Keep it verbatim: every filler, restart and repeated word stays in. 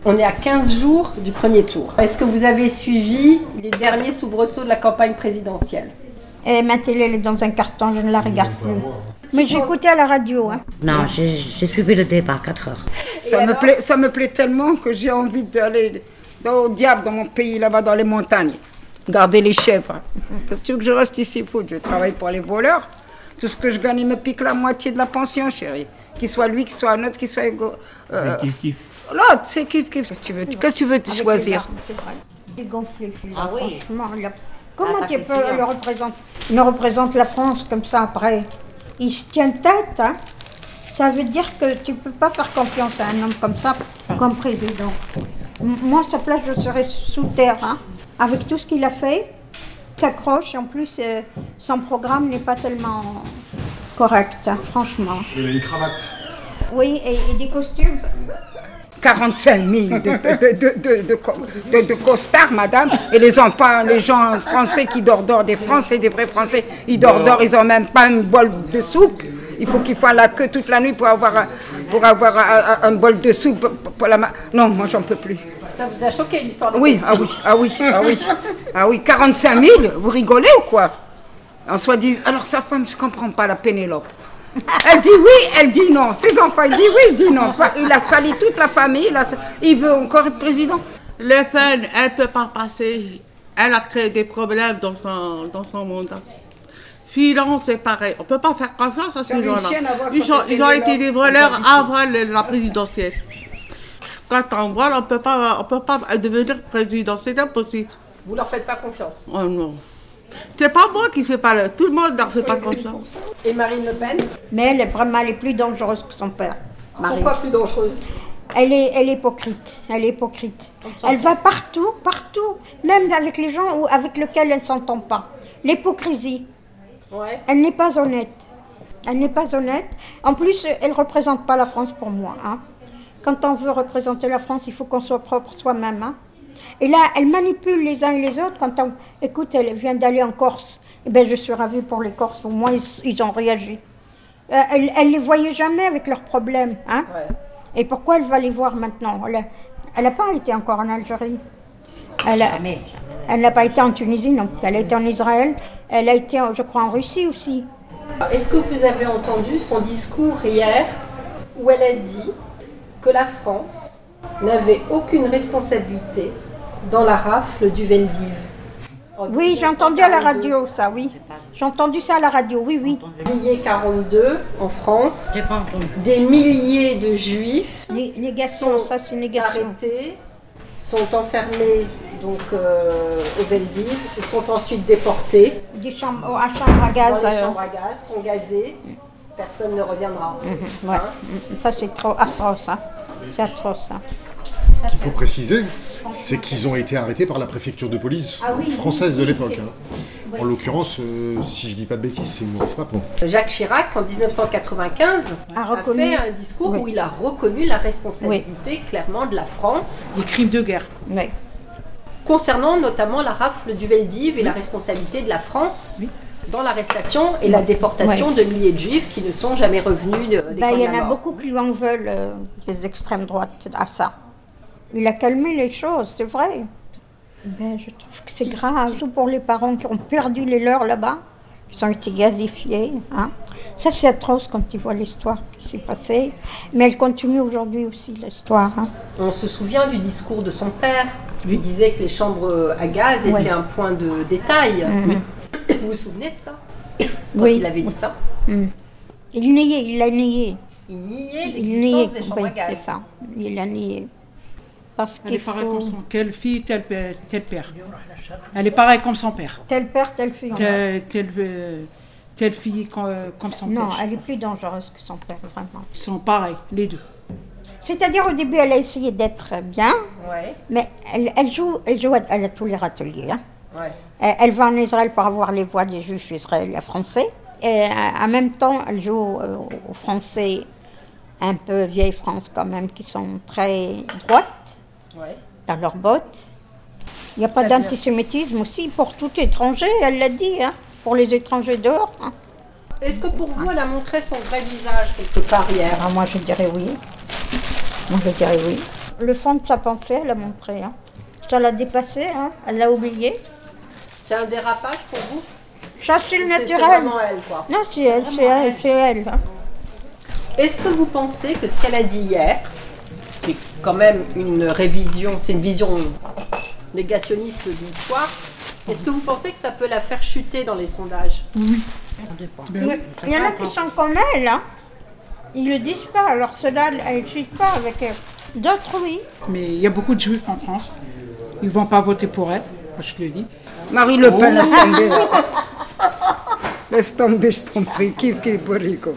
On est à quinze jours du premier tour. Est-ce que vous avez suivi les derniers soubresauts de la campagne présidentielle? Et ma télé, elle est dans un carton, je ne la regarde plus. Mais j'ai écouté à la radio. Hein. Non, j'ai, j'ai suivi le débat, quatre heures. Ça me, plaît, ça me plaît tellement que j'ai envie d'aller au diable dans mon pays, là-bas dans les montagnes. Garder les chèvres. Qu'est-ce que tu veux que je reste ici pour? Je travaille pour les voleurs. Tout ce que je gagne, il me pique la moitié de la pension, chérie. Qu'il soit lui, qu'il soit un autre, qu'il soit... Euh, c'est kiff kiff. L'autre, c'est kiff kiff. Qu'est-ce que tu veux, qu'est-ce que tu veux te choisir? Il est gonflé, celui-là, Ah oui. franchement. Il a... Comment tu peux le représenter? Il me représente la France comme ça après. Il se tient tête, hein. Ça veut dire que tu ne peux pas faire confiance à un homme comme ça, comme président. Moi, à sa place, je serais sous terre, hein. Avec tout ce qu'il a fait, il s'accroche. En plus, euh, son programme n'est pas tellement correct, hein, franchement. Il a une cravate. Oui, et, et des costumes. quarante-cinq mille de, de, de, de, de, de, de costards, madame. Et les enfants, les gens français qui dorment, dorment, des Français, des vrais Français, ils dorment, dorment, ils n'ont même pas une bol de soupe. Il faut qu'ils fassent la queue toute la nuit pour avoir, pour avoir un, un bol de soupe. Pour la... Non, moi, j'en peux plus. Ça vous a choqué, l'histoire de Oui, ah oui, ah oui, ah oui. Ah oui, quarante-cinq mille, vous rigolez ou quoi? En soi, disent, alors sa femme, je ne comprends pas, la Pénélope. Elle dit oui, elle dit non. Ses enfants, ils disent oui, il dit non. Il a sali toute la famille, il, a... il veut encore être président. Le Pen, elle ne peut pas passer. Elle a créé des problèmes dans son, dans son mandat. Filon, c'est pareil. On ne peut pas faire confiance à ces gens-là. Ils, sont, ils ont été des voleurs avant le, la présidentielle. Quand on voit, on ne peut pas devenir président. C'est impossible. Vous ne leur faites pas confiance? Oh non. C'est pas moi qui fais pas le... Tout le monde ne leur fait pas confiance. Et Marine Le Pen? Mais elle est vraiment elle est plus dangereuse que son père. Marine. Pourquoi plus dangereuse? Elle est, elle est hypocrite. Elle est hypocrite. Elle va partout, partout, même avec les gens où, avec lesquels elle ne s'entend pas. L'hypocrisie. Ouais. Elle n'est pas honnête. Elle n'est pas honnête. En plus, elle ne représente pas la France pour moi. Hein. Quand on veut représenter la France, il faut qu'on soit propre soi-même. Hein. Et là, elle manipule les uns et les autres. Quand on... Écoute, elle vient d'aller en Corse. Eh bien, je suis ravie pour les Corses. Au moins, ils, ils ont réagi. Euh, elle ne les voyait jamais avec leurs problèmes. Hein. Ouais. Et pourquoi elle va les voir maintenant? Elle n'a pas été encore en Algérie. Elle a, jamais, jamais. Elle n'a pas été en Tunisie, non. Elle a été en Israël. Elle a été, je crois, en Russie aussi. Est-ce que vous avez entendu son discours hier où elle a dit que la France n'avait aucune responsabilité dans la rafle du Veldiv? Oui, j'ai entendu à la radio ça, oui. J'ai entendu ça à la radio, oui, oui. juillet quarante-deux, en France, J'ai pas entendu. des milliers de Juifs Né- négation, sont ça c'est négation. arrêtés, sont enfermés donc, euh, au Veldiv, ils sont ensuite déportés. Des chambres, à chambre à gaz. Dans les euh, chambres à gaz, sont gazés, personne ne reviendra. Mmh, ouais. Hein? Ça c'est trop atroce, hein. C'est atroce, ça. Ce qu'il faut préciser, c'est qu'ils ont été arrêtés par la préfecture de police Ah oui, française oui, de l'époque. oui. Hein. En l'occurrence, euh, si je dis pas de bêtises, c'est Maurice Papon. Jacques Chirac, en dix-neuf cent quatre-vingt-quinze, A a, reconnu. fait un discours Oui. où il a reconnu la responsabilité clairement de la France Des crimes de guerre. Oui. concernant notamment la rafle du Veldiv et la responsabilité de la France Oui. dans l'arrestation et la déportation Oui. de milliers de Juifs qui ne sont jamais revenus de, des Ben, camps il de y en la a mort. beaucoup qui lui en veulent, euh, les extrêmes droites, à ça. Il a calmé les choses, c'est vrai. Ben, je trouve que c'est grave, surtout pour les parents qui ont perdu les leurs là-bas, qui ont été gazifiés. Hein. Ça, c'est atroce quand tu vois l'histoire qui s'est passée. Mais elle continue aujourd'hui aussi, l'histoire. Hein. On se souvient du discours de son père qui disait que les chambres à gaz étaient Ouais. un point de détail. Mhm. Vous vous souvenez de ça? Quand Oui. il avait dit ça, Mm. Il niait, il l'a nié. il niait Il niait, l'existence des chambres oui, à gaz. c'est ça. Il l'a nié. Parce Elle qu'il est pareille faut... comme son Quelle fille, tel, père- tel père. Elle est pareille comme son père. Tel père, telle fille. Telle, telle, euh, telle fille comme, comme son Non, père. elle est plus dangereuse que son père, vraiment. Ils sont pareils, les deux. C'est-à-dire, au début, elle a essayé d'être bien, Ouais, mais elle, elle joue, elle joue à, elle a tous les râteliers. Hein. ouais. Elle, elle va en Israël pour avoir les voix des juifs israéliens français. Et euh, en même temps, elle joue euh, aux Français, un peu vieille France quand même, qui sont très droites Ouais. dans leurs bottes. Il n'y a pas C'est-à-dire d'antisémitisme aussi pour tout étranger, elle l'a dit, hein, pour les étrangers dehors. Hein. Est-ce que pour vous, elle a montré son vrai visage quelque part hier? Alors moi, je dirais oui. Moi, je dirais oui. le fond de sa pensée, elle a montré. Hein. Ça l'a dépassé, hein. Elle l'a oublié. C'est un dérapage pour vous? Ça, c'est le C'est- naturel. C'est vraiment elle, quoi. Non, c'est elle, c'est elle, c'est elle. Hein. Est-ce que vous pensez que ce qu'elle a dit hier, qui est quand même une révision, c'est une vision négationniste de l'histoire, est-ce que vous pensez que ça peut la faire chuter dans les sondages? Il y en a qui sont comme elle, hein. Ils le disent pas, alors ceux-là, elles ne chutent pas avec elle. D'autres, oui. Mais il y a beaucoup de juifs en France. Ils ne vont pas voter pour elle, moi je te le dis. Marie Le Pen, laisse tomber. Laisse tomber, je t'en prie. Kiff, kiff,